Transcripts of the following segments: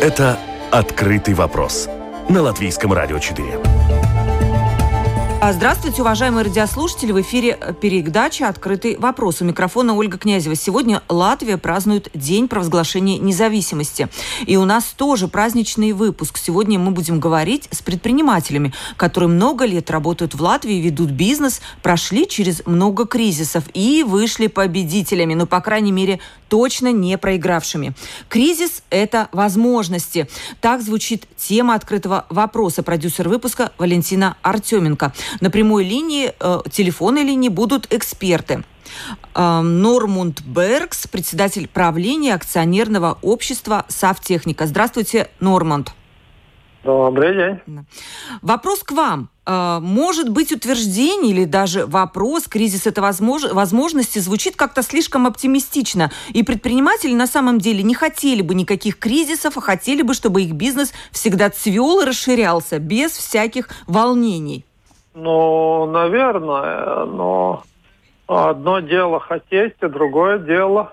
Это «Открытый вопрос» на Латвийском радио 4. Здравствуйте, уважаемые радиослушатели. В эфире передача «Открытый вопрос». У микрофона Ольга Князева. Сегодня Латвия празднует День провозглашения независимости. И у нас тоже праздничный выпуск. Сегодня мы будем говорить с предпринимателями, которые много лет работают в Латвии, ведут бизнес, прошли через много кризисов и вышли победителями. Ну, по крайней мере, точно не проигравшими. Кризис – это возможности. Так звучит тема «Открытого вопроса». Продюсер выпуска Валентина Артеменко. На прямой линии, телефонной линии будут эксперты. Нормунд Беркс, председатель правления акционерного общества «Савтехника». Здравствуйте, Нормунд. Добрый день. Вопрос к вам. Может быть, утверждение или даже вопрос, кризис – это возможности, звучит как-то слишком оптимистично. И предприниматели на самом деле не хотели бы никаких кризисов, а хотели бы, чтобы их бизнес всегда цвел и расширялся без всяких волнений. Ну, наверное, но одно дело хотеть, и другое дело,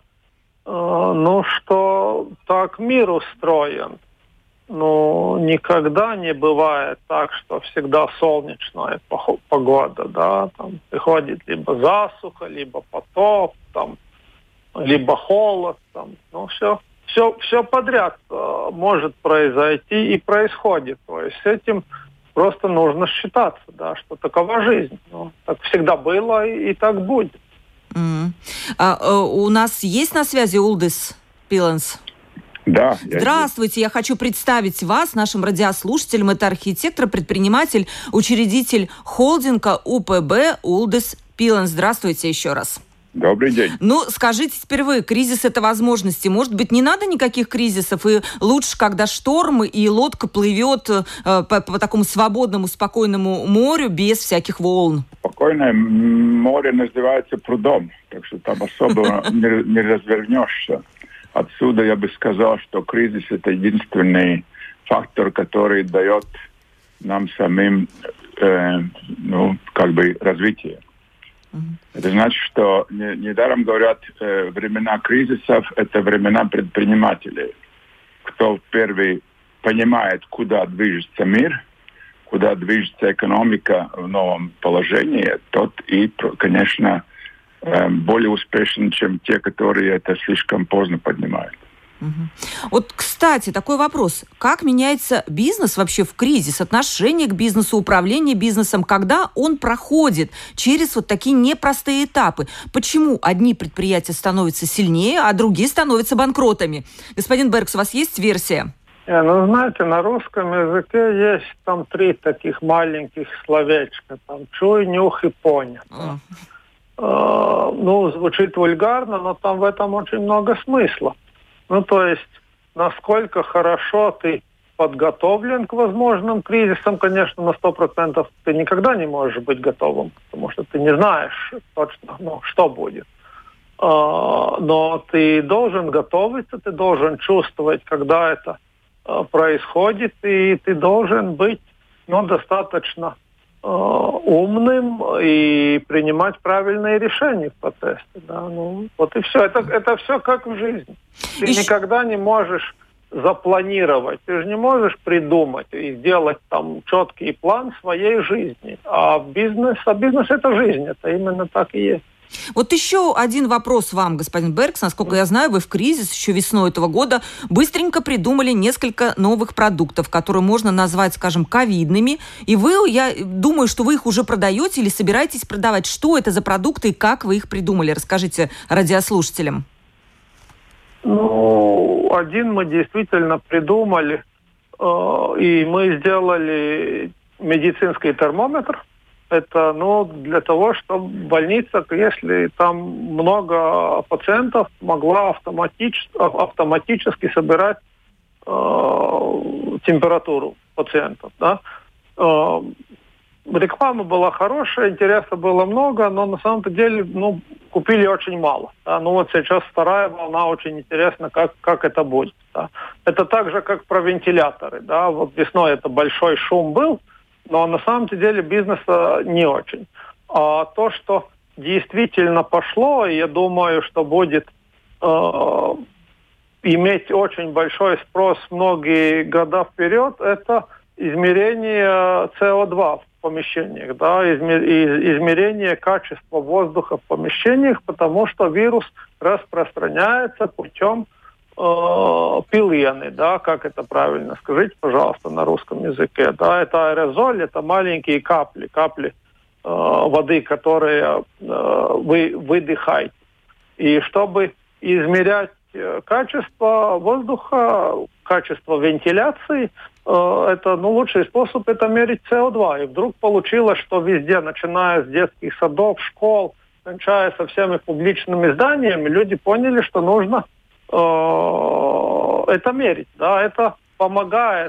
что так мир устроен. Ну, никогда не бывает так, что всегда солнечная погода, да, там приходит либо засуха, либо потоп, там, либо холод, там, ну, все подряд может произойти и происходит. То есть с этим просто нужно считаться, да, что такова жизнь. Ну, так всегда было и так будет. У нас есть на связи Улдис Пиленс? Да. Здравствуйте, я хочу представить вас, нашим радиослушателям. Это архитектор, предприниматель, учредитель холдинга УПБ Улдис Пиленс. Здравствуйте еще раз. Добрый день. Ну, скажите теперь вы, кризис – это возможности. Может быть, не надо никаких кризисов, и лучше, когда шторм, и лодка плывет по такому свободному, спокойному морю, без всяких волн? Спокойное море называется прудом, так что там особо не развернешься. Отсюда я бы сказал, что кризис – это единственный фактор, который дает нам самим развитие. Это значит, что недаром говорят, времена кризисов – это времена предпринимателей. Кто первый понимает, куда движется мир, куда движется экономика в новом положении, тот и, конечно, более успешен, чем те, которые это слишком поздно поднимают. Вот, кстати, такой вопрос. Как меняется бизнес вообще в кризис? Отношение к бизнесу, управление бизнесом, когда он проходит через вот такие непростые этапы? Почему одни предприятия становятся сильнее, а другие становятся банкротами? Господин Беркс, у вас есть версия? Ну, знаете, на русском языке есть там 3 таких маленьких словечка. Там чуй, нюх и понятно. Звучит вульгарно, но там в этом очень много смысла. Ну, то есть, насколько хорошо ты подготовлен к возможным кризисам, конечно, на 100% ты никогда не можешь быть готовым, потому что ты не знаешь точно, что будет. Но ты должен готовиться, ты должен чувствовать, когда это происходит, и ты должен быть, достаточно умным и принимать правильные решения в процессе. Да? Вот и все. Это все как в жизни. Ты никогда не можешь запланировать, ты же не можешь придумать и сделать там четкий план своей жизни. А бизнес это жизнь, это именно так и есть. Вот еще один вопрос вам, господин Беркс. Насколько я знаю, вы в кризис еще весной этого года быстренько придумали несколько новых продуктов, которые можно назвать, скажем, ковидными. И вы, я думаю, что вы их уже продаете или собираетесь продавать. Что это за продукты и как вы их придумали? Расскажите радиослушателям. Один мы действительно придумали, и мы сделали медицинский термометр. Это, для того, чтобы больница, если там много пациентов, могла автоматически собирать температуру пациентов. Да? Реклама была хорошая, интереса было много, но на самом деле, купили очень мало. Да? Сейчас вторая волна, очень интересно, как это будет. Да? Это так же, как про вентиляторы. Да? Вот весной это большой шум был, но на самом деле бизнеса не очень. А то, что действительно пошло, я думаю, что будет иметь очень большой спрос многие года вперед, это измерение СО2 в помещениях, да, измерение качества воздуха в помещениях, потому что вирус распространяется путем пилены, да, как это правильно, скажите, пожалуйста, на русском языке, да, это аэрозоль, это маленькие капли воды, которые вы выдыхаете. И чтобы измерять качество воздуха, качество вентиляции, это лучший способ это мерить СО2. И вдруг получилось, что везде, начиная с детских садов, школ, кончая со всеми публичными зданиями, люди поняли, что нужно это мерить. Да? Это помогает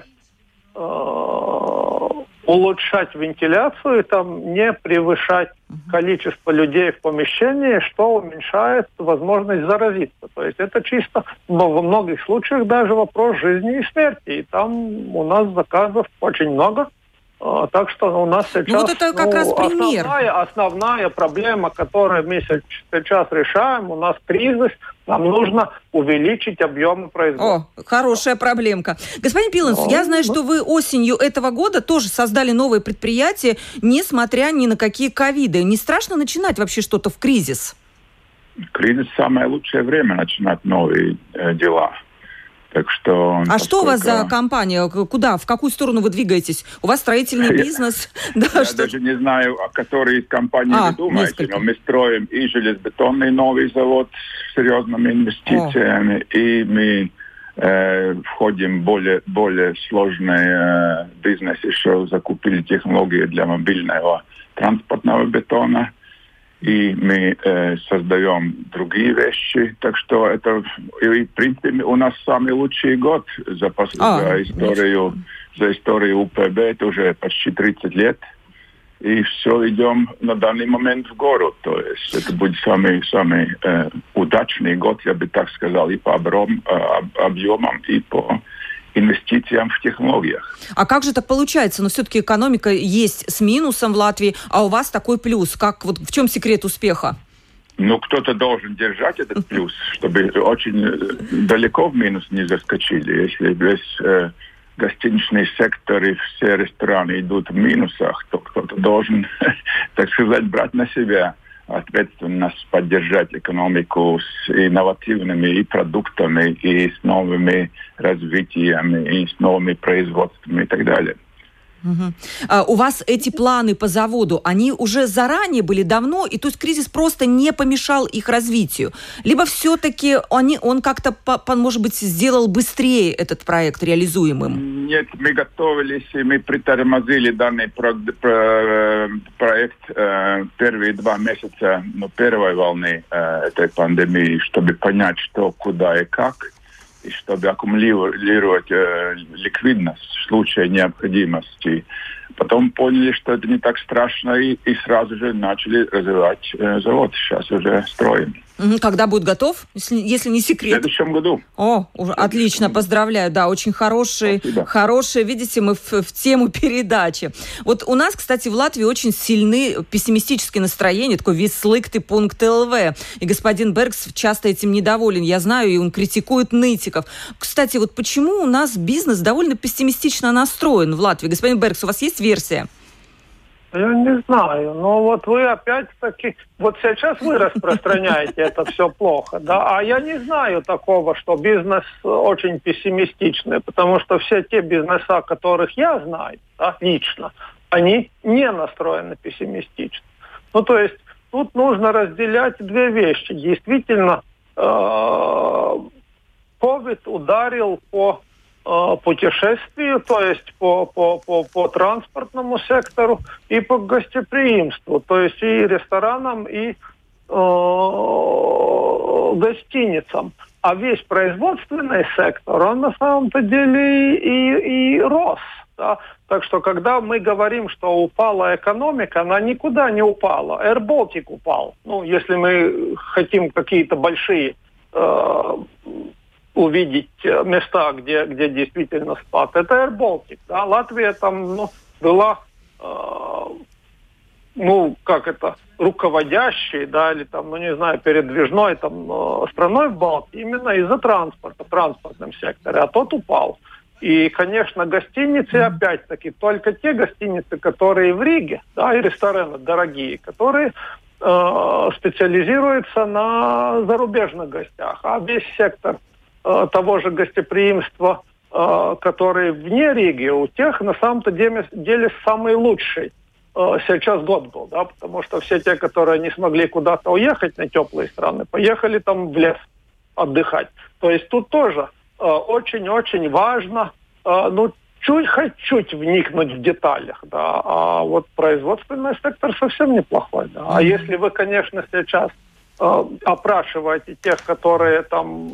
улучшать вентиляцию, там не превышать количество людей в помещении, что уменьшает возможность заразиться. То есть это чисто во многих случаях даже вопрос жизни и смерти. И там у нас заказов очень много. Так что у нас сейчас вот это как раз пример. Основная проблема, которую мы сейчас решаем, у нас кризис, нам нужно увеличить объемы производства. О, хорошая проблемка. Господин Пиленц, я знаю, что вы осенью этого года тоже создали новое предприятие, несмотря ни на какие ковиды. Не страшно начинать вообще что-то в кризис? Кризис – самое лучшее время начинать новые дела. Так что, а что у вас за компания? Куда? В какую сторону вы двигаетесь? У вас строительный бизнес? Я даже не знаю, о которой из компаний вы думаете, но мы строим и железобетонный новый завод с серьезными инвестициями, и мы входим в более сложный бизнес, еще закупили технологии для мобильного транспортного бетона. И мы создаем другие вещи. Так что это, в принципе, у нас самый лучший год за историю УПБ. Это уже почти 30 лет. И все идем на данный момент в гору. То есть это будет самый удачный год, я бы так сказал, и по объемам, и по инвестициям в технологиях. А как же так получается? Но все-таки экономика есть с минусом в Латвии, а у вас такой плюс. В чем секрет успеха? Кто-то должен держать этот плюс, чтобы очень далеко в минус не заскочили. Если весь гостиничный сектор и все рестораны идут в минусах, то кто-то должен, так сказать, брать на себя ответственность поддержать экономику с инновативными и продуктами, и с новыми развитиями, и с новыми производствами и так далее. У вас эти планы по заводу, они уже заранее были давно, и то есть кризис просто не помешал их развитию? Либо все-таки он как-то, может быть, сделал быстрее этот проект реализуемым? Нет, мы готовились, и мы притормозили данный проект первые 2 месяца первой волны этой пандемии, чтобы понять, что, куда и как, и чтобы аккумулировать ликвидность в случае необходимости. Потом поняли, что это не так страшно, и сразу же начали развивать завод. Сейчас уже строим. Когда будет готов, если не секрет? В следующем году. Отлично, поздравляю. Да, очень хорошие, видите, мы в тему передачи. Вот у нас, кстати, в Латвии очень сильны пессимистические настроения, такой вислыкты пункт ЛВ. И господин Бергс часто этим недоволен. Я знаю, и он критикует нытиков. Кстати, вот почему у нас бизнес довольно пессимистично настроен в Латвии? Господин Бергс, у вас есть версия? Я не знаю, но вот вы опять-таки, вот сейчас вы распространяете это все плохо, да, а я не знаю такого, что бизнес очень пессимистичный, потому что все те бизнеса, которых я знаю, да, лично, они не настроены пессимистично. То есть тут нужно разделять 2 вещи. Действительно, COVID ударил по путешествию, то есть по транспортному сектору и по гостеприимству, то есть и ресторанам, и гостиницам. А весь производственный сектор, он на самом-то деле и рос. Да? Так что, когда мы говорим, что упала экономика, она никуда не упала. Air Baltic упал. Если мы хотим какие-то большие увидеть места, где действительно спад. Это Air Baltic. Да? Латвия там была руководящей, да, или там, передвижной страной в Балтии именно из-за транспортном секторе, а тот упал. И, конечно, гостиницы, опять-таки, только те гостиницы, которые в Риге, да, и рестораны дорогие, которые специализируются на зарубежных гостях, а весь сектор того же гостеприимства, который вне Риги, у тех на самом-то деле самый лучший сейчас год был, да, потому что все те, которые не смогли куда-то уехать на теплые страны, поехали там в лес отдыхать. То есть тут тоже очень-очень важно, чуть вникнуть в деталях, да, а вот производственный сектор совсем неплохой, да. А если вы, конечно, сейчас опрашиваете тех, которые там,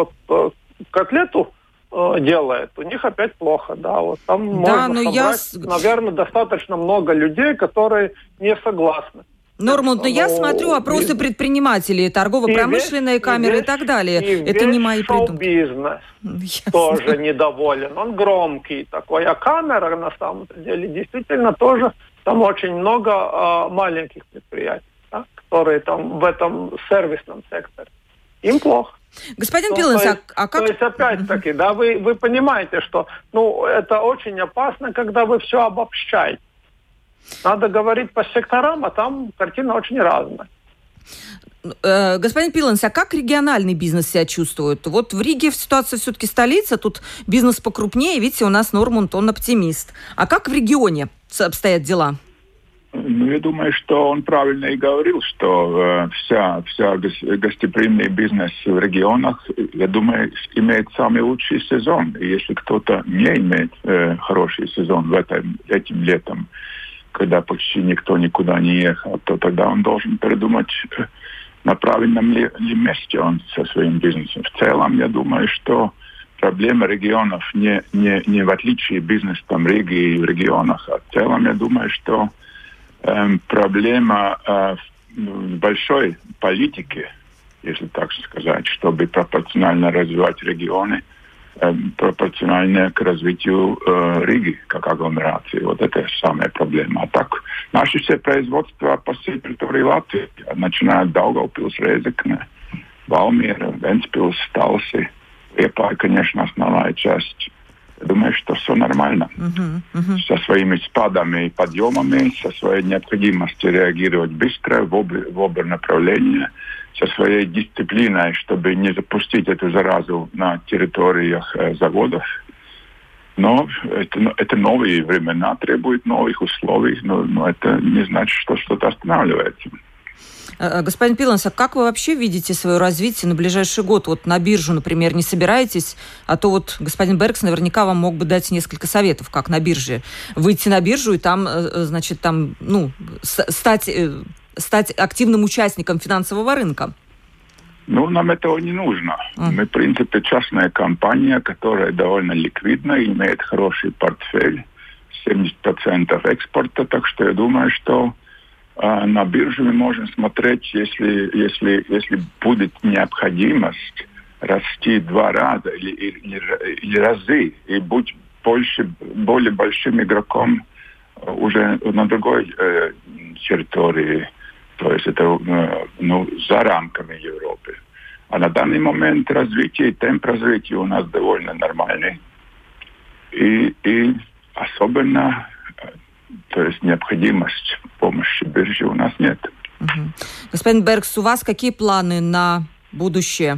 котлету делает, у них опять плохо, да, вот там можно собрать, наверное, достаточно много людей, которые не согласны. Нормунд, я смотрю опросы предпринимателей, торгово-промышленные камеры и так далее. Это не мои придумки. Шоу-бизнес тоже недоволен, он громкий такой, а камера на самом деле действительно тоже, там очень много маленьких предприятий, да, которые там в этом сервисном секторе. Им плохо. Господин Пиленс, как... То есть, опять-таки, да, вы понимаете, что это очень опасно, когда вы все обобщаете. Надо говорить по секторам, а там картина очень разная. Господин Пиленс, а как региональный бизнес себя чувствует? Вот в Риге ситуация все-таки столица, тут бизнес покрупнее, видите, у нас Нормунд, он оптимист. А как в регионе обстоят дела? Я думаю, что он правильно и говорил, что вся гостеприимный бизнес в регионах, я думаю, имеет самый лучший сезон. И если кто-то не имеет хороший сезон этим летом, когда почти никто никуда не ехал, то тогда он должен придумать, на правильном ли месте он со своим бизнесом. В целом, я думаю, что проблема регионов не в отличие бизнеса там Риги и в регионах, а в целом, я думаю, что проблема в большой политике, если так сказать, чтобы пропорционально развивать регионы, пропорционально к развитию Риги как агломерации. Вот это самая проблема. А так, наши все производства по всей территории Латвии, начиная от Даугавпилс, Резекне, Валмира, Вентспилс, Талси, Liepāja, конечно, основная часть. Я думаю, что все нормально. Со своими спадами и подъемами, со своей необходимостью реагировать быстро в оба направления, со своей дисциплиной, чтобы не запустить эту заразу на территориях заводов. Но это новые времена, требуют новых условий, но это не значит, что что-то останавливается. Господин Пиленс, а как вы вообще видите свое развитие на ближайший год? Вот на биржу, например, не собираетесь? А то вот господин Беркс наверняка вам мог бы дать несколько советов, как на бирже. Выйти на биржу и там, стать активным участником финансового рынка. Нам этого не нужно. Мы, в принципе, частная компания, которая довольно ликвидна, имеет хороший портфель, 70% экспорта, так что я думаю, что на бирже мы можем смотреть, если будет необходимость расти 2 раза или разы и быть более большим игроком уже на другой территории, то есть это за рамками Европы. А на данный момент темп развития у нас довольно нормальный. И особенно, то есть необходимость помощи биржи у нас нет. Господин Беркс, у вас какие планы на будущее?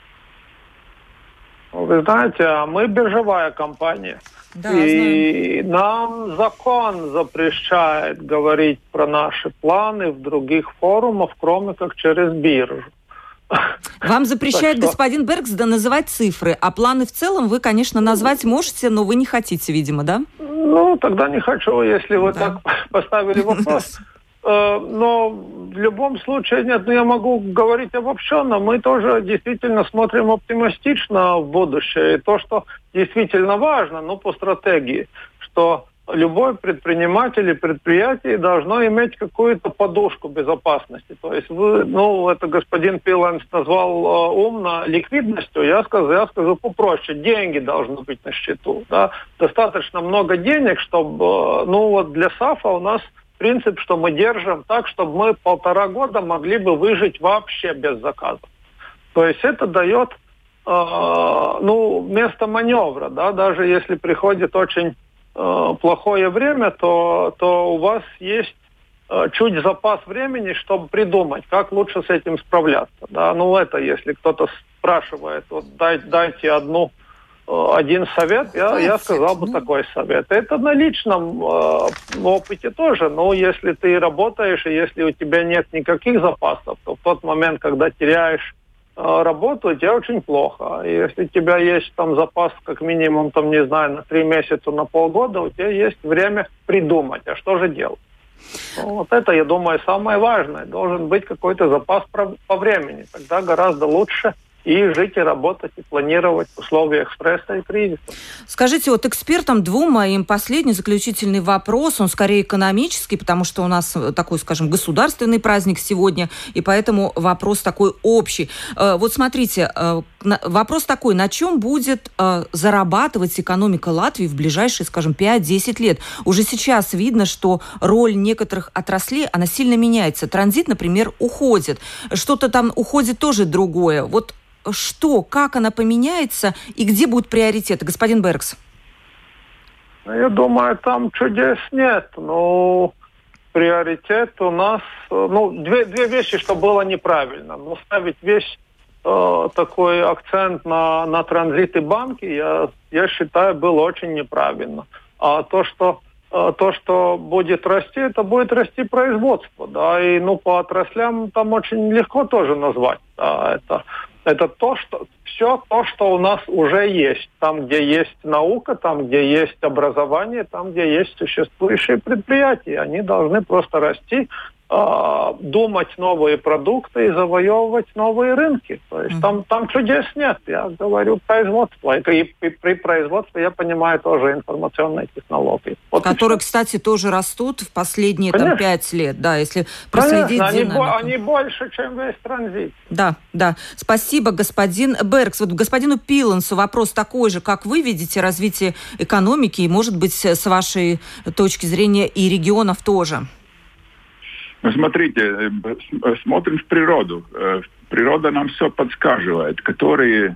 Вы знаете, мы биржевая компания. Да, и нам закон запрещает говорить про наши планы в других форумах, кроме как через биржу. Вам запрещает господин Беркс называть цифры, а планы в целом вы, конечно, назвать можете, но вы не хотите, видимо, да? Тогда не хочу, если вы так поставили вопрос. Но в любом случае, нет, я могу говорить обобщенно. Мы тоже действительно смотрим оптимистично в будущее. И то, что действительно важно, по стратегии, что любой предприниматель и предприятие должно иметь какую-то подушку безопасности. То есть это господин Пиленс назвал умно ликвидностью, я скажу попроще. Деньги должны быть на счету. Да? Достаточно много денег, чтобы, для САФа у нас принцип, что мы держим так, чтобы мы 1,5 года могли бы выжить вообще без заказов. То есть это дает место маневра, да, даже если приходит очень плохое время, то у вас есть чуть запас времени, чтобы придумать, как лучше с этим справляться. Да? Это если кто-то спрашивает, вот дайте один совет, я сказал бы такой совет. Это на личном опыте тоже, но если ты работаешь, и если у тебя нет никаких запасов, то в тот момент, когда теряешь работу, тебе очень плохо. И если у тебя есть там запас как минимум, на 3 месяца, на полгода, у тебя есть время придумать, а что же делать. Вот это, я думаю, самое важное. Должен быть какой-то запас по времени. Тогда гораздо лучше и жить, и работать, и планировать в условиях стресса и кризиса. Скажите, вот экспертам двум моим последний заключительный вопрос, он скорее экономический, потому что у нас такой, скажем, государственный праздник сегодня, и поэтому вопрос такой общий. Вот смотрите, вопрос такой, на чем будет зарабатывать экономика Латвии в ближайшие, скажем, 5-10 лет? Уже сейчас видно, что роль некоторых отраслей, она сильно меняется. Транзит, например, уходит. Что-то там уходит тоже другое. Вот что, как она поменяется и где будут приоритеты? Господин Беркс. Я думаю, там чудес нет. Но приоритет у нас... две вещи, что было неправильно. Но ставить весь такой акцент на транзит и банки, я считаю, было очень неправильно. А то, что будет расти, это будет расти производство. Да, и по отраслям там очень легко тоже назвать. Да, это все то, что у нас уже есть. Там, где есть наука, там, где есть образование, там, где есть существующие предприятия. Они должны просто расти, думать новые продукты и завоевывать новые рынки. То есть там чудес нет. Я говорю производство. И при производстве я понимаю тоже информационные технологии. Которые, кстати, тоже растут в последние 5 лет. Да, если проследить динамику. Они больше, чем весь транзит. Да. Спасибо, господин Беркс. Вот господину Пилансу вопрос такой же, как вы видите развитие экономики и, может быть, с вашей точки зрения и регионов тоже. Смотрите, смотрим в природу. Природа нам все подсказывает, которые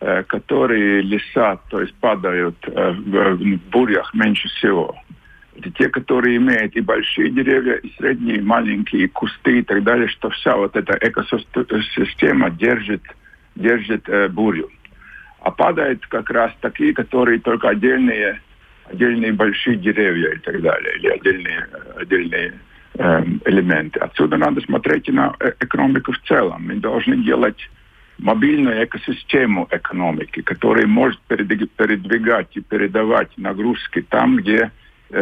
леса, то есть падают в бурях меньше всего. Это те, которые имеют и большие деревья, и средние, и маленькие, и кусты, и так далее, что вся вот эта экосистема держит бурю. А падают как раз такие, которые только отдельные большие деревья и так далее, или отдельные элементы. Отсюда надо смотреть и на экономику в целом. Мы должны делать мобильную экосистему экономики, которая может передвигать и передавать нагрузки там, где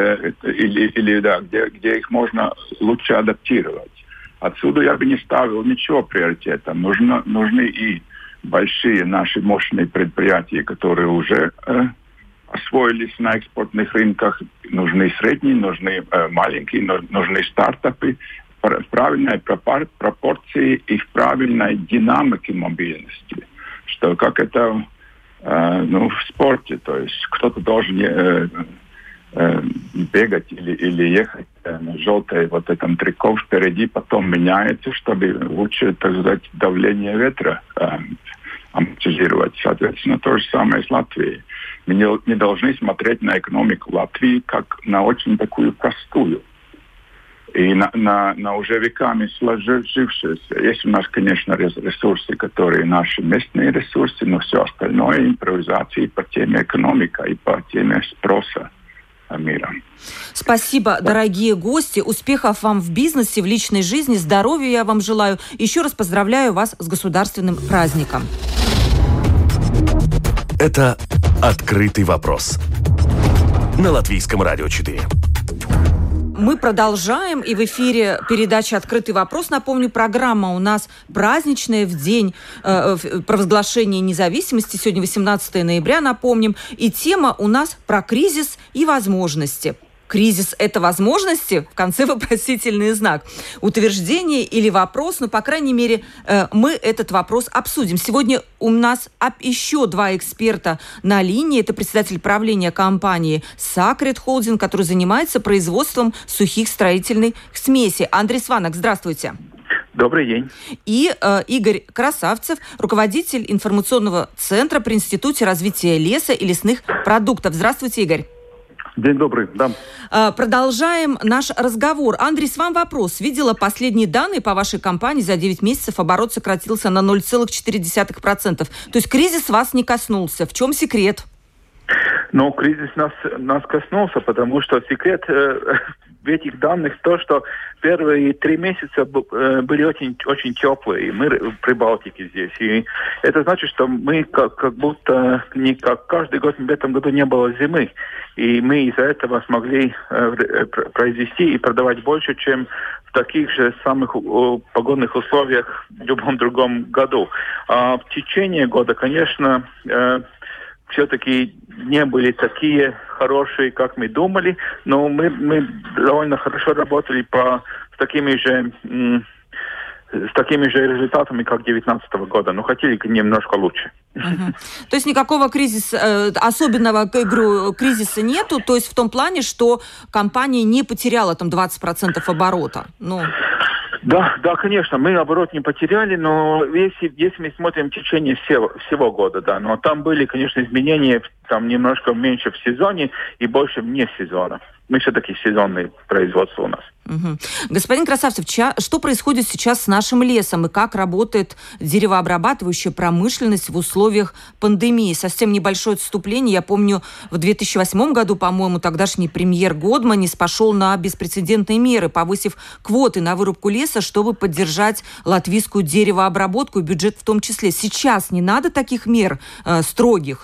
где их можно лучше адаптировать. Отсюда я бы не ставил ничего приоритетом. Нужны и большие наши мощные предприятия, которые уже освоились на экспортных рынках, нужны средние, нужны маленькие, нужны стартапы в правильной пропорции и в правильной динамике мобильности. Что как это в спорте, то есть кто-то должен бегать или ехать на желтой вот этом трико впереди, потом меняется, чтобы лучше, так сказать, давление ветра амортизировать. Соответственно, то же самое с Латвией. Мы не должны смотреть на экономику Латвии как на очень такую простую. И на уже веками сложившуюся. Есть у нас, конечно, ресурсы, которые наши местные ресурсы, но все остальное импровизации по теме экономика и по теме спроса мира. Спасибо, дорогие гости. Успехов вам в бизнесе, в личной жизни, здоровья я вам желаю. Еще раз поздравляю вас с государственным праздником. Это «Открытый вопрос» на Латвийском радио 4. Мы продолжаем, и в эфире передача «Открытый вопрос». Напомню, программа у нас праздничная в день провозглашения независимости. Сегодня 18 ноября, напомним. И тема у нас про кризис и возможности. Кризис – это возможности? В конце вопросительный знак. Утверждение или вопрос? Но, по крайней мере, мы этот вопрос обсудим. Сегодня у нас еще два эксперта на линии. Это председатель правления компании «Сакрет Холдинг», который занимается производством сухих строительных смесей. Андрей Сванок, здравствуйте. Добрый день. И Игорь Красавцев, руководитель информационного центра при Институте развития леса и лесных продуктов. Здравствуйте, Игорь. День добрый, да. Продолжаем наш разговор. Андрей, с вам вопрос. Видела последние данные по вашей компании. За 9 месяцев оборот сократился на 0,4%. То есть кризис вас не коснулся. В чем секрет? Но кризис нас коснулся, потому что секрет в этих данных то, что первые 3 месяца были очень теплые, мы в Прибалтике здесь. И это значит, что мы как будто не как каждый год в этом году не было зимы. И мы из-за этого смогли произвести и продавать больше, чем в таких же самых погодных условиях в любом другом году. А в течение года, конечно, все-таки не были такие хорошие, как мы думали, но мы довольно хорошо работали с такими же результатами, как 2019 года, но хотели немножко лучше. То есть никакого кризиса, особенного, кризиса нету, то есть в том плане, что компания не потеряла там 20% оборота? Да, конечно, мы оборот не потеряли, но если мы смотрим в течение всего года, да, но там были, конечно, изменения, там немножко меньше в сезоне и больше вне сезона. Мы все-таки сезонное производство у нас. Господин Красавцев, что происходит сейчас с нашим лесом и как работает деревообрабатывающая промышленность в условиях пандемии? Совсем небольшое отступление. Я помню, в 2008 году, по-моему, тогдашний премьер Годманис пошел на беспрецедентные меры, повысив квоты на вырубку леса, чтобы поддержать латвийскую деревообработку и бюджет в том числе. Сейчас не надо таких мер строгих?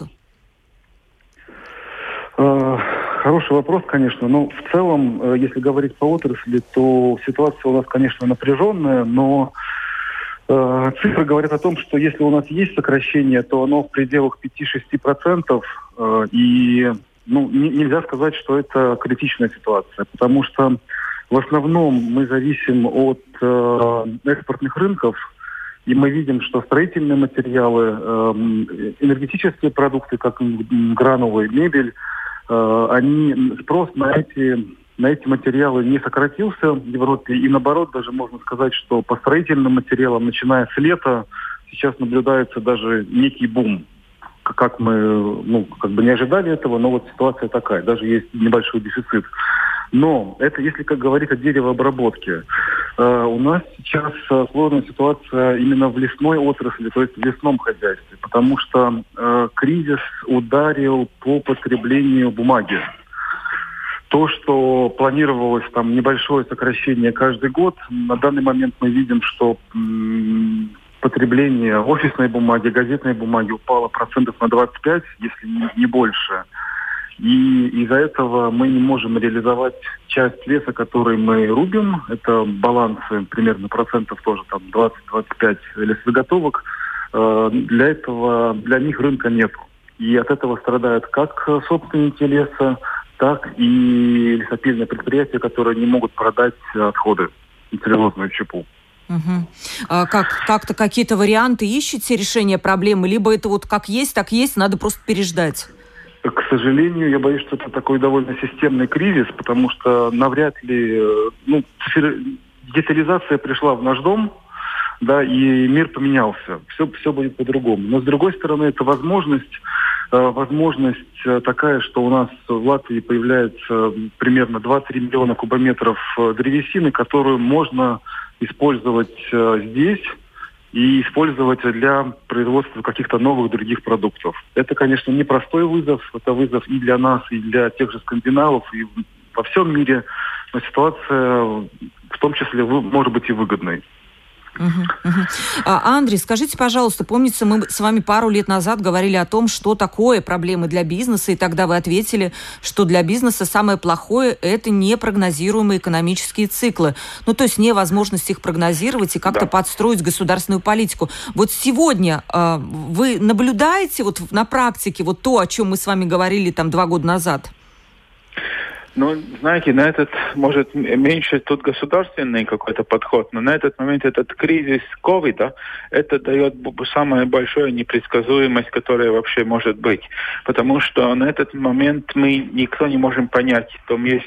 Хороший вопрос, конечно. Но в целом, если говорить по отрасли, то ситуация у нас, конечно, напряженная, но цифры говорят о том, что если у нас есть сокращение, то оно в пределах 5-6%. И нельзя сказать, что это критичная ситуация, потому что в основном мы зависим от экспортных рынков, и мы видим, что строительные материалы, энергетические продукты, как гранулы, мебель, спрос на эти материалы не сократился в Европе. И наоборот, даже можно сказать, что по строительным материалам, начиная с лета, сейчас наблюдается даже некий бум. Как мы не ожидали этого, но вот ситуация такая. Даже есть небольшой дефицит. Но это если говорить о деревообработке. У нас сейчас сложная ситуация именно в лесной отрасли, то есть в лесном хозяйстве, потому что кризис ударил по потреблению бумаги. То, что планировалось там небольшое сокращение каждый год, на данный момент мы видим, что потребление офисной бумаги, газетной бумаги упало процентов на 25, если не больше. И из-за этого мы не можем реализовать часть леса, который мы рубим. Это балансы примерно процентов тоже там 20-25 лесозаготовок. Для них рынка нет. И от этого страдают как собственники леса, так и лесопильные предприятия, которые не могут продать отходы и целлюлозную щепу. Как-то какие-то варианты ищете решения проблемы? Либо это вот как есть, так есть, надо просто переждать? К сожалению, я боюсь, что это такой довольно системный кризис, потому что навряд ли... Детализация пришла в наш дом, да, и мир поменялся. Все будет по-другому. Но, с другой стороны, это возможность такая, что у нас в Латвии появляется примерно 2-3 миллиона кубометров древесины, которую можно использовать здесь и использовать для производства каких-то новых других продуктов. Это, конечно, непростой вызов. Это вызов и для нас, и для тех же скандинавов, и во всем мире. Но ситуация в том числе может быть и выгодной. Андрей, скажите, пожалуйста, помнится, мы с вами пару лет назад говорили о том, что такое проблемы для бизнеса, и тогда вы ответили, что для бизнеса самое плохое – это непрогнозируемые экономические циклы. То есть невозможность их прогнозировать и как-то подстроить государственную политику. Вот сегодня вы наблюдаете на практике то, о чем мы с вами говорили 2 года назад? Ну, знаете, на этот, может, меньше тут государственный какой-то подход, но на этот момент этот кризис ковида, это дает самую большую непредсказуемость, которая вообще может быть. Потому что на этот момент мы никто не можем понять, там есть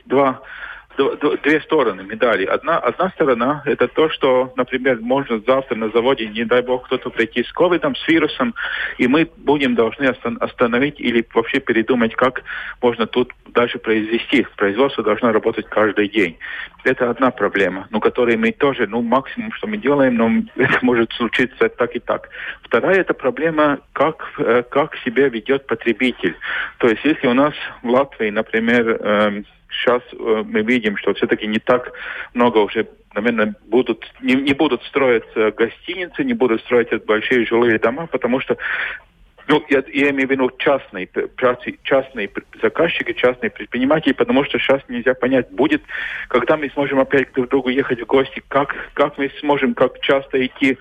две стороны медали. Одна сторона – это то, что, например, можно завтра на заводе, не дай бог, кто-то прийти с ковидом, с вирусом, и мы должны остановить или вообще передумать, как можно тут дальше произвести. Производство должно работать каждый день. Это одна проблема, которой мы тоже, максимум, что мы делаем, но это может случиться так и так. Вторая – это проблема, как себя ведет потребитель. То есть, если у нас в Латвии, например, сейчас мы видим, что все-таки не так много уже, наверное, не будут строить гостиницы, не будут строить большие жилые дома, потому что, я имею в виду частные заказчики, частные предприниматели, потому что сейчас нельзя понять, когда мы сможем опять друг к другу ехать в гости, как мы сможем, как часто идти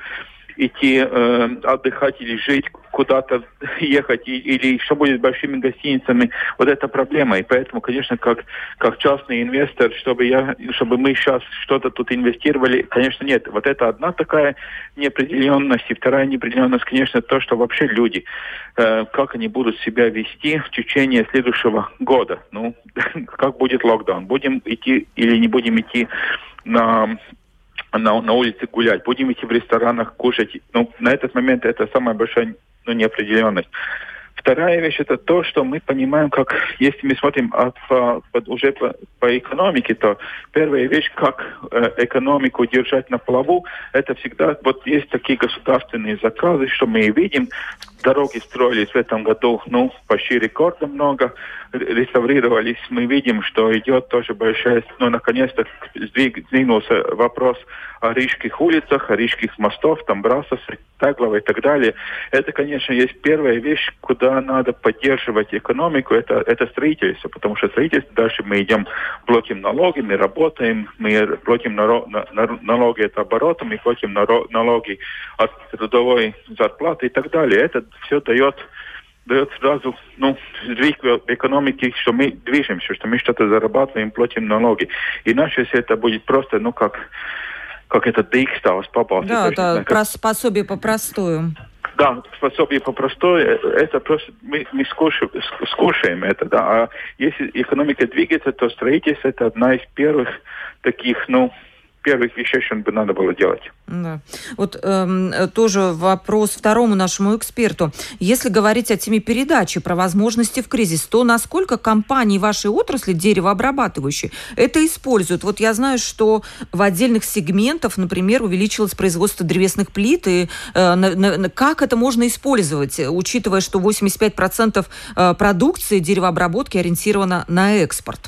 отдыхать или жить, куда-то ехать, или что будет с большими гостиницами. Вот это проблема. И поэтому, конечно, как частный инвестор, чтобы мы сейчас что-то тут инвестировали, конечно, нет. Вот это одна такая неопределенность. И вторая неопределенность, конечно, то, что вообще люди, как они будут себя вести в течение следующего года. Как будет локдаун? Будем идти или не будем идти на улице гулять, будем идти в ресторанах кушать. На этот момент это самая большая неопределенность. Вторая вещь – это то, что мы понимаем, если мы смотрим уже по экономике, то первая вещь, как экономику держать на плаву, это всегда, есть такие государственные заказы, что мы и видим. Дороги строились в этом году, почти рекордно много, реставрировались. Мы видим, что идет тоже большая, наконец-то сдвинулся вопрос о рижских улицах, о рижских мостах, там Брасовцы, Таглова и так далее. Это, конечно, есть первая вещь, куда надо поддерживать экономику, это строительство, потому что строительство, дальше мы идем, платим налоги, мы работаем, мы платим налоги от оборота, мы платим налоги от трудовой зарплаты и так далее. Это все дает сразу сдвиг в экономике, что мы движемся, что мы что-то зарабатываем, платим налоги. Иначе если это будет просто, как это диксталс попался. Да, это пособие по простую. Да, пособие по простой, это просто мы скушаем это, да. А если экономика двигается, то строительство это одна из первых таких, первых вещей, что бы надо было делать. Да. Вот тоже вопрос второму нашему эксперту. Если говорить о теме передачи про возможности в кризис, то насколько компании вашей отрасли, деревообрабатывающие, это используют? Вот я знаю, что в отдельных сегментах, например, увеличилось производство древесных плит, и как это можно использовать, учитывая, что 85% продукции деревообработки ориентировано на экспорт?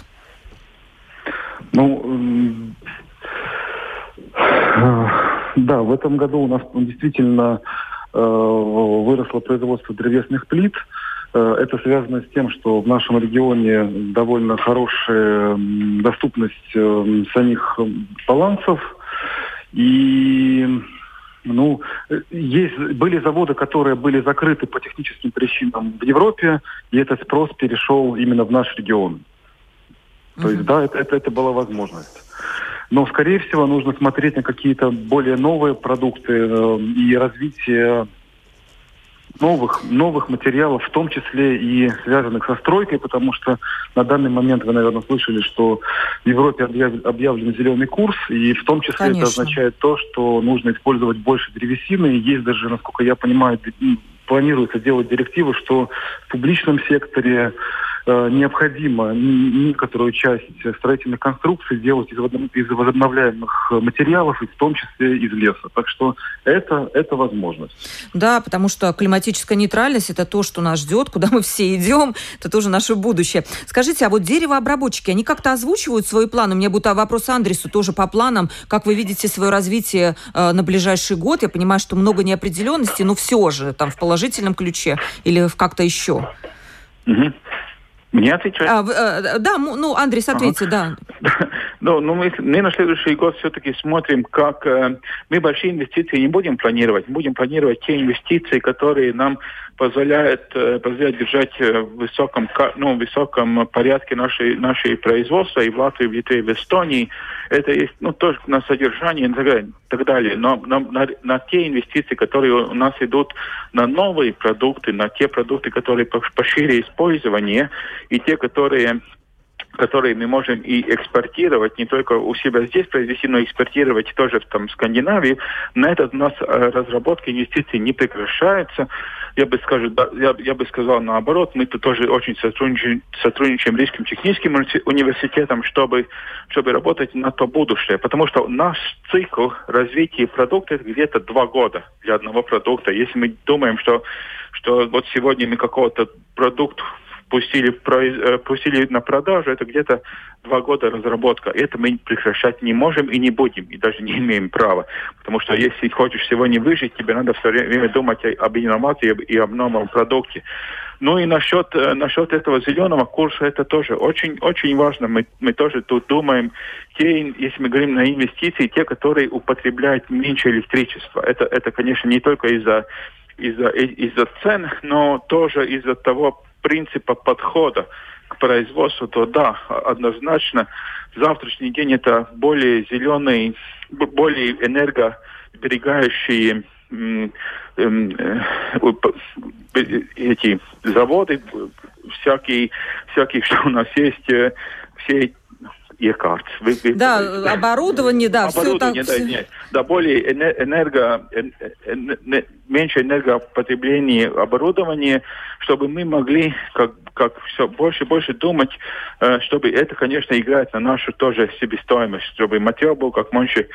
Да, в этом году у нас действительно выросло производство древесных плит. Это связано с тем, что в нашем регионе довольно хорошая доступность самих балансов. И были заводы, которые были закрыты по техническим причинам в Европе, и этот спрос перешел именно в наш регион. То есть, да, это была возможность. Но, скорее всего, нужно смотреть на какие-то более новые продукты и развитие новых материалов, в том числе и связанных со стройкой, потому что на данный момент вы, наверное, слышали, что в Европе объявлен зеленый курс, и в том числе Конечно. Это означает то, что нужно использовать больше древесины. И есть даже, насколько я понимаю, планируется делать директивы, что в публичном секторе необходимо некоторую часть строительных конструкций делать из возобновляемых материалов, и в том числе из леса. Так что это возможность. Да, потому что климатическая нейтральность – это то, что нас ждет, куда мы все идем, это тоже наше будущее. Скажите, а вот деревообработчики, они как-то озвучивают свои планы? У меня будет вопрос Андресу тоже по планам. Как вы видите свое развитие на ближайший год? Я понимаю, что много неопределенности, но все же там в положительном ключе или в как-то еще? Мне отвечать? Андрей, ответьте, да. Мы на следующий год все-таки смотрим, как мы большие инвестиции не будем планировать. Будем планировать те инвестиции, которые нам позволяют держать в высоком порядке наши производства и в Латвии, в Литве, в Эстонии. Это есть тоже на содержание и так далее. Но на те инвестиции, которые у нас идут на новые продукты, на те продукты, которые пошире использования, и те, которые мы можем и экспортировать, не только у себя здесь произвести, но и экспортировать тоже в Скандинавии. На этот у нас разработка инвестиций не прекращается. Я бы сказал наоборот, мы тут тоже очень сотрудничаем с Рижским техническим университетом, чтобы работать на то будущее. Потому что наш цикл развития продукта это где-то 2 года для одного продукта. Если мы думаем, что вот сегодня мы какого-то продукта пустили на продажу, это где-то 2 года разработка. Это мы прекращать не можем и не будем, и даже не имеем права. Потому что если хочешь сегодня выжить, тебе надо все время думать об инновации и об новом продукте. Ну и насчет этого зеленого курса, это тоже очень, очень важно. Мы тоже тут думаем, если мы говорим на инвестиции, те, которые употребляют меньше электричества. Это конечно, не только из-за цен, но тоже из-за того принципа подхода к производству, то да, однозначно завтрашний день это более зеленые, более энергосберегающие эти заводы, всякие, что у нас есть, все оборудование, все так. Более меньше энергопотребления оборудования, чтобы мы могли как все больше и больше думать, чтобы это, конечно, играет на нашу тоже себестоимость, чтобы материал был как меньше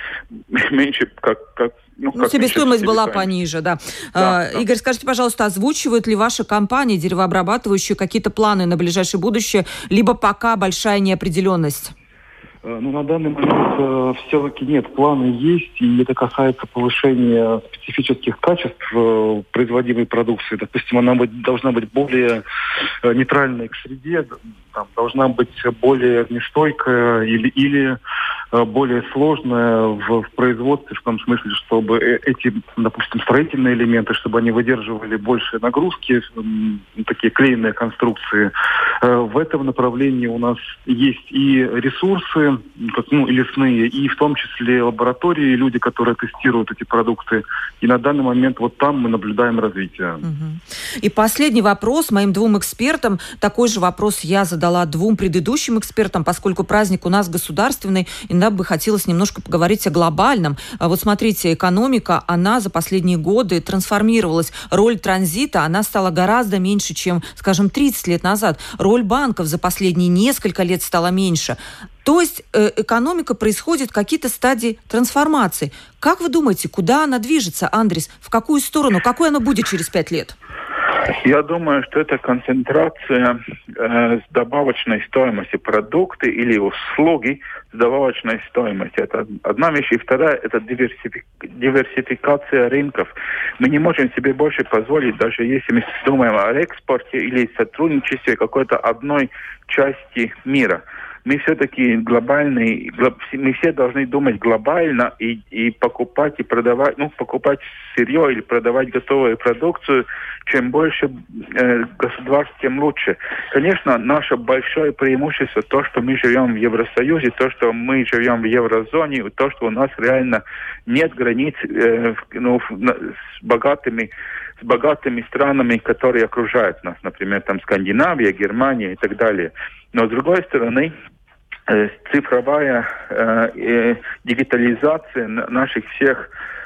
себестоимость была пониже, да. Игорь, скажите, пожалуйста, озвучивают ли ваши компании деревообрабатывающие какие-то планы на ближайшее будущее, либо пока большая неопределенность? На данный момент все-таки нет, планы есть, и это касается повышения специфических качеств производимой продукции. Допустим, она должна быть более нейтральной к среде, должна быть более огнестойкая или более сложная в производстве, в том смысле, чтобы эти, допустим, строительные элементы, чтобы они выдерживали большие нагрузки, такие клеенные конструкции. В этом направлении у нас есть и ресурсы, и лесные, и в том числе лаборатории, люди, которые тестируют эти продукты. И на данный момент вот там мы наблюдаем развитие. И последний вопрос моим 2 экспертам. Такой же вопрос я задала 2 предыдущим экспертам, поскольку праздник у нас государственный, иногда бы хотелось немножко поговорить о глобальном. Вот смотрите, экономика, она за последние годы трансформировалась. Роль транзита, она стала гораздо меньше, чем, скажем, 30 лет назад. Роль банков за последние несколько лет стала меньше. То есть экономика происходит какие-то стадии трансформации. Как вы думаете, куда она движется, Андрис? В какую сторону? Какой она будет через 5 лет? Я думаю, что это концентрация с добавочной стоимостью продукты или услуги с добавочной стоимостью. Это одна вещь. И вторая – это диверсификация рынков. Мы не можем себе больше позволить, даже если мы думаем о экспорте или сотрудничестве какой-то одной части мира. Мы все-таки глобальные, мы все должны думать глобально и покупать и продавать, покупать сырье или продавать готовую продукцию. Чем больше государств, тем лучше. Конечно, наше большое преимущество то, что мы живем в Евросоюзе, то, что мы живем в еврозоне, то, что у нас реально нет границ с богатыми странами, которые окружают нас, например, там Скандинавия, Германия и так далее. Но с другой стороны, цифровая дигитализация наших всех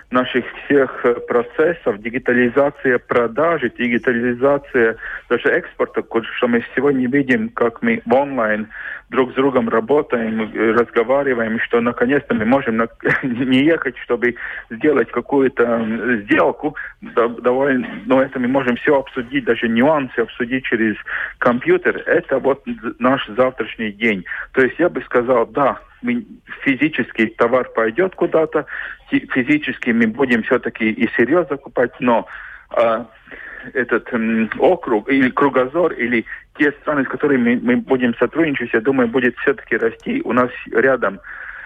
процессов, дигитализация продажи, дигитализация даже экспорта, что мы сегодня видим, как мы в онлайн друг с другом работаем, разговариваем, что наконец-то мы можем не ехать, чтобы сделать какую-то сделку, но это мы можем все обсудить, даже нюансы обсудить через компьютер. Это вот наш завтрашний день. То есть я бы сказал, да, физически товар пойдет куда-то, физически мы будем все-таки и сырье закупать, но этот округ или кругозор, или те страны, с которыми мы будем сотрудничать, я думаю, будет все-таки расти. У нас рядом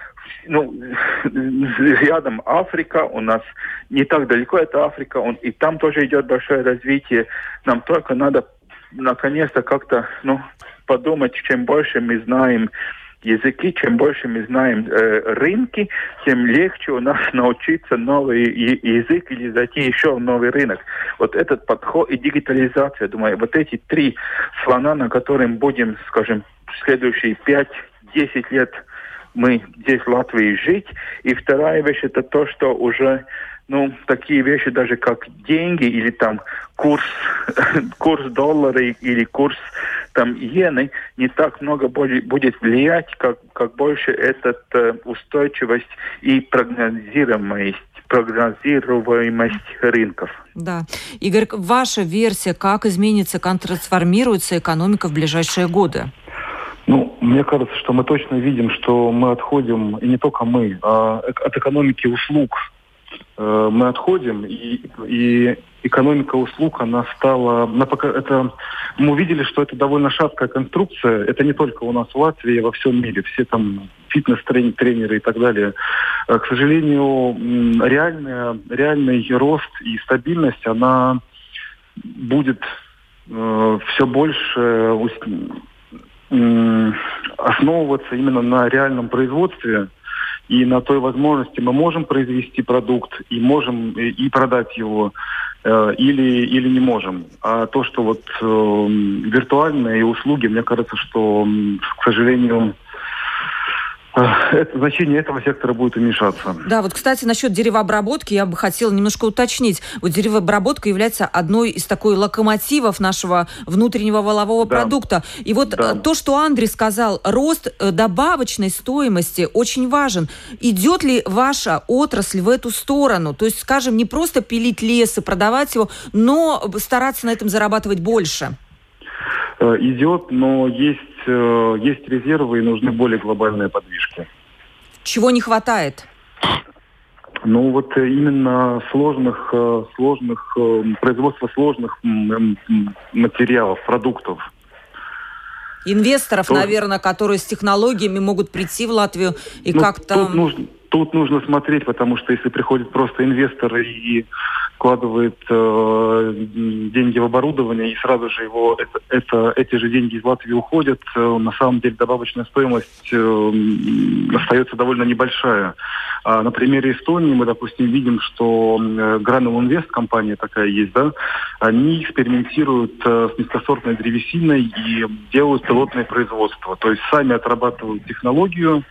Африка, у нас не так далеко это Африка, и там тоже идет большое развитие. Нам только надо наконец-то как-то подумать, чем больше мы знаем языки, чем больше мы знаем рынки, тем легче у нас научиться новый язык или зайти еще в новый рынок. Вот этот подход и дигитализация, думаю, вот эти 3 слона, на которых будем, скажем, в следующие 5-10 лет мы здесь в Латвии жить. И вторая вещь это то, что уже такие вещи даже как деньги или там курс доллара или курс там иены не так много будет влиять, как больше эта устойчивость и прогнозируемость рынков. Да. Игорь, ваша версия, как изменится, как трансформируется экономика в ближайшие годы? Мне кажется, что мы точно видим, что мы отходим, и не только мы, а от экономики услуг мы отходим, и экономика услуг, она стала... мы увидели, что это довольно шаткая конструкция. Это не только у нас в Латвии, а во всем мире. Все там фитнес-тренеры и так далее. К сожалению, реальный рост и стабильность, она будет все больше основываться именно на реальном производстве и на той возможности, мы можем произвести продукт и можем и продать его, или не можем. А то, что виртуальные услуги, мне кажется, что, к сожалению, значение этого сектора будет уменьшаться. Да, кстати, насчет деревообработки я бы хотела немножко уточнить. деревообработка является одной из такой локомотивов нашего внутреннего валового продукта. И то, что Андрей сказал, рост добавочной стоимости очень важен. Идет ли ваша отрасль в эту сторону? То есть, скажем, не просто пилить лес и продавать его, но стараться на этом зарабатывать больше? Идет, но есть резервы и нужны более глобальные подвижки. Чего не хватает? Именно производства сложных материалов, продуктов. Инвесторов, наверное, которые с технологиями могут прийти в Латвию и как-то... Тут нужно смотреть, потому что если приходит просто инвестор и вкладывает деньги в оборудование, и сразу же эти же деньги из Латвии уходят, на самом деле добавочная стоимость остается довольно небольшая. А на примере Эстонии мы, допустим, видим, что Granul Invest, компания такая есть, да, они экспериментируют с низкосортной древесиной и делают пилотное производство. То есть сами отрабатывают технологию,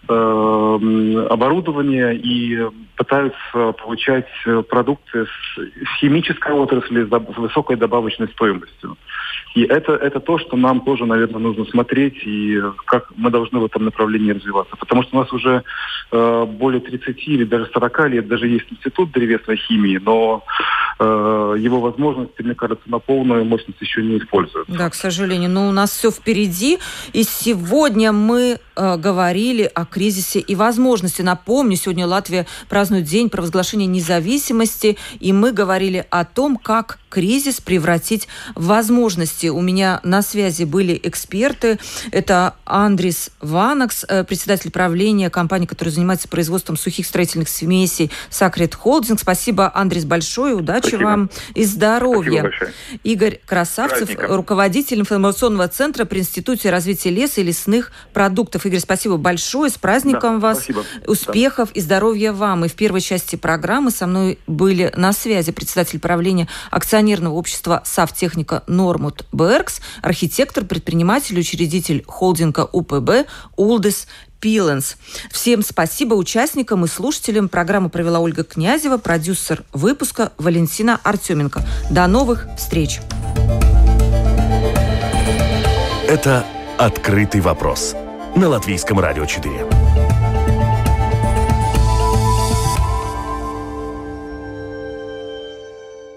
оборудование и пытаются получать продукты с химической отрасли с высокой добавочной стоимостью. И это то, что нам тоже, наверное, нужно смотреть и как мы должны в этом направлении развиваться. Потому что у нас уже более 30 или даже 40 лет даже есть институт древесной химии, но его возможности, мне кажется, на полную мощность еще не используются. Да, к сожалению. Но у нас все впереди. И сегодня мы говорили о кризисе и возможности. Напомню, сегодня Латвия празднует День провозглашения независимости, и мы говорили о том, как кризис превратить в возможности. У меня на связи были эксперты. Это Андрис Ванакс, председатель правления компании, которая занимается производством сухих строительных смесей Sacred Holding. Спасибо, Андрис, большое. Удачи вам и здоровья. Игорь Красавцев, руководитель информационного центра при Институте развития леса и лесных продуктов. Игорь, спасибо большое. С праздником вас. Спасибо. Успехов и здоровья вам. И в первой части программы со мной были на связи председатель правления акционерного общества Савтехника Нормут Беркс, архитектор, предприниматель, учредитель холдинга УПБ Улдис Пиленс. Всем спасибо участникам и слушателям. Программу провела Ольга Князева, продюсер выпуска Валентина Артеменко. До новых встреч. Это «Открытый вопрос» на Латвийском радио 4.